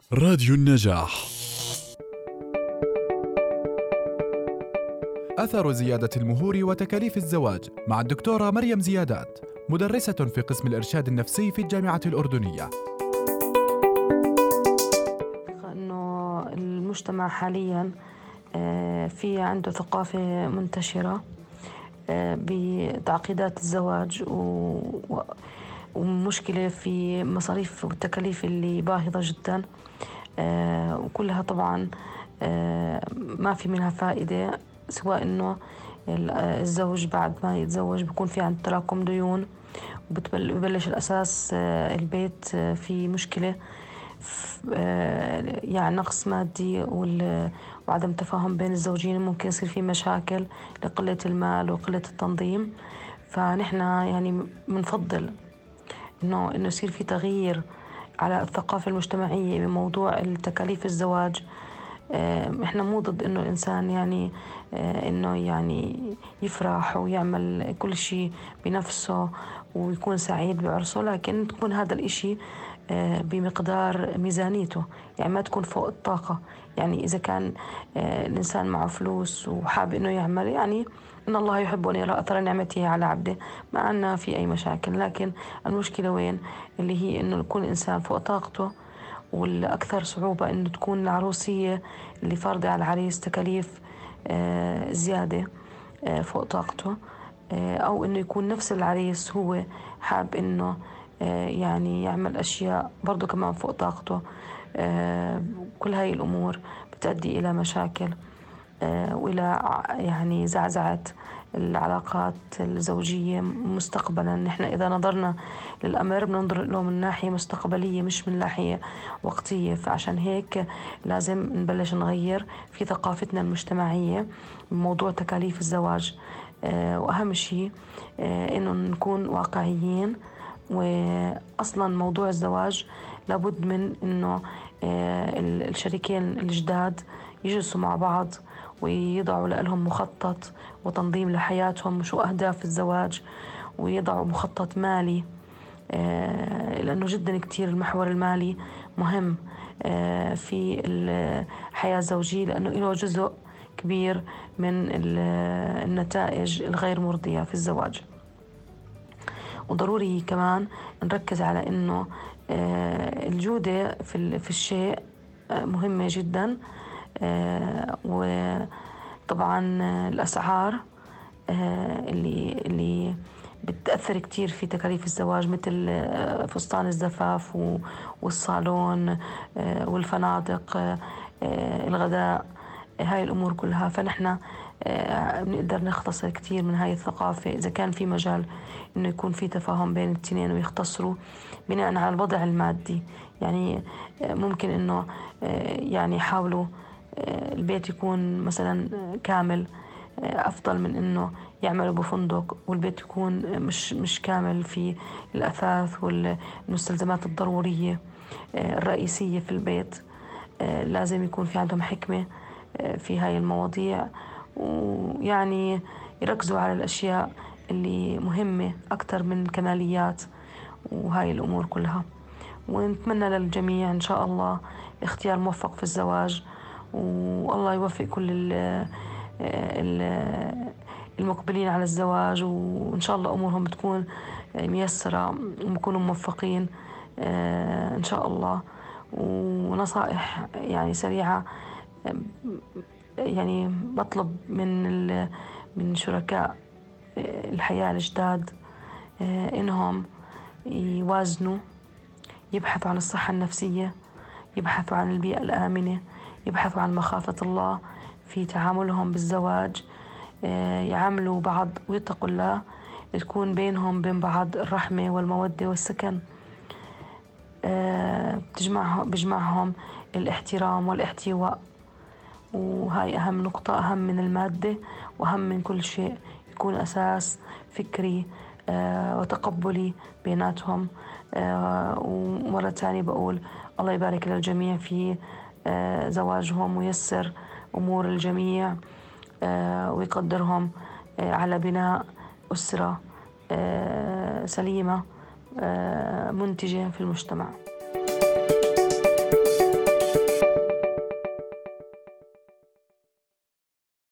راديو النجاح. أثر زيادة المهور وتكاليف الزواج مع الدكتورة مريم زيادات، مدرسة في قسم الإرشاد النفسي في الجامعة الأردنية. إنه المجتمع حالياً في عنده ثقافة منتشرة بتعقيدات الزواج ومشكلة في مصاريف والتكاليف اللي باهظة جداً، وكلها طبعاً ما في منها فائدة، سواء إنه الزوج بعد ما يتزوج بيكون في عنده تراكم ديون وبتبلش الأساس البيت في مشكلة، يعني نقص مادي وعدم تفاهم بين الزوجين، ممكن يصير في مشاكل لقلة المال وقلة التنظيم. فنحن يعني منفضل إنه يصير في تغيير على الثقافة المجتمعية بموضوع التكاليف الزواج. إحنا مو ضد إنه الإنسان يعني إنه يعني يفرح ويعمل كل شيء بنفسه ويكون سعيد بعرسه، لكن تكون هذا الإشي بمقدار ميزانيته، يعني ما تكون فوق الطاقة. يعني إذا كان الإنسان معه فلوس وحاب إنه يعمل، يعني إن الله يحب أن يرى أثر نعمته على عبده، ما عنا في أي مشاكل. لكن المشكلة وين؟ اللي هي إنه يكون الإنسان فوق طاقته، والأكثر صعوبة إنه تكون العروسية اللي فارضة على العريس تكاليف زيادة فوق طاقته، أو إنه يكون نفس العريس هو حاب إنه يعني يعمل أشياء برضو كمان فوق طاقته. كل هاي الأمور بتؤدي إلى مشاكل وإلى يعني زعزعة العلاقات الزوجية مستقبلا. نحن إذا نظرنا للأمر بننظر له من ناحية مستقبلية مش من ناحية وقتية، فعشان هيك لازم نبلش نغير في ثقافتنا المجتمعية بموضوع تكاليف الزواج. وأهم شيء إنه نكون واقعيين، وأصلا موضوع الزواج لابد من إنه الشريكين الجداد يجلسوا مع بعض ويضعوا لهم مخطط وتنظيم لحياتهم، وشو أهداف الزواج، ويضعوا مخطط مالي، لأنه جدا كتير المحور المالي مهم في الحياة الزوجية، لأنه له جزء كبير من النتائج الغير مرضية في الزواج. وضروري كمان نركز على إنه الجودة في الشيء مهمة جدا، وطبعا الأسعار اللي بتأثر كتير في تكاليف الزواج، مثل فستان الزفاف والصالون والفنادق، الغداء، هاي الأمور كلها. فنحن بنقدر نختصر كتير من هاي الثقافة إذا كان في مجال إنه يكون في تفاهم بين الاثنين ويختصروا بناء على الوضع المادي. يعني ممكن إنه يعني يحاولوا البيت يكون مثلا كامل، أفضل من إنه يعملوا بفندق والبيت يكون مش كامل في الأثاث والمستلزمات الضرورية الرئيسية في البيت. لازم يكون في عندهم حكمة في هاي المواضيع، ويعني يركزوا على الأشياء اللي مهمة أكتر من الكماليات وهاي الأمور كلها. ونتمنى للجميع إن شاء الله اختيار موفق في الزواج، والله يوفق كل المقبلين على الزواج، وإن شاء الله أمورهم بتكون ميسرة وبكونوا موفقين إن شاء الله. ونصائح يعني سريعة، يعني بطلب من شركاء الحياة الجداد إنهم يوازنوا، يبحثوا عن الصحة النفسية، يبحثوا عن البيئة الآمنة، يبحثوا عن مخافة الله في تعاملهم بالزواج، يعاملوا بعض ويتقوا الله، تكون بينهم بين بعض الرحمة والمودة والسكن. بجمعهم الاحترام والاحتواء، وهاي أهم نقطة، أهم من المادة وأهم من كل شيء، يكون أساس فكري وتقبلي بيناتهم. ومرة تانية بقول الله يبارك للجميع في زواجهم ويسر أمور الجميع، ويقدرهم على بناء أسرة سليمة منتجة في المجتمع.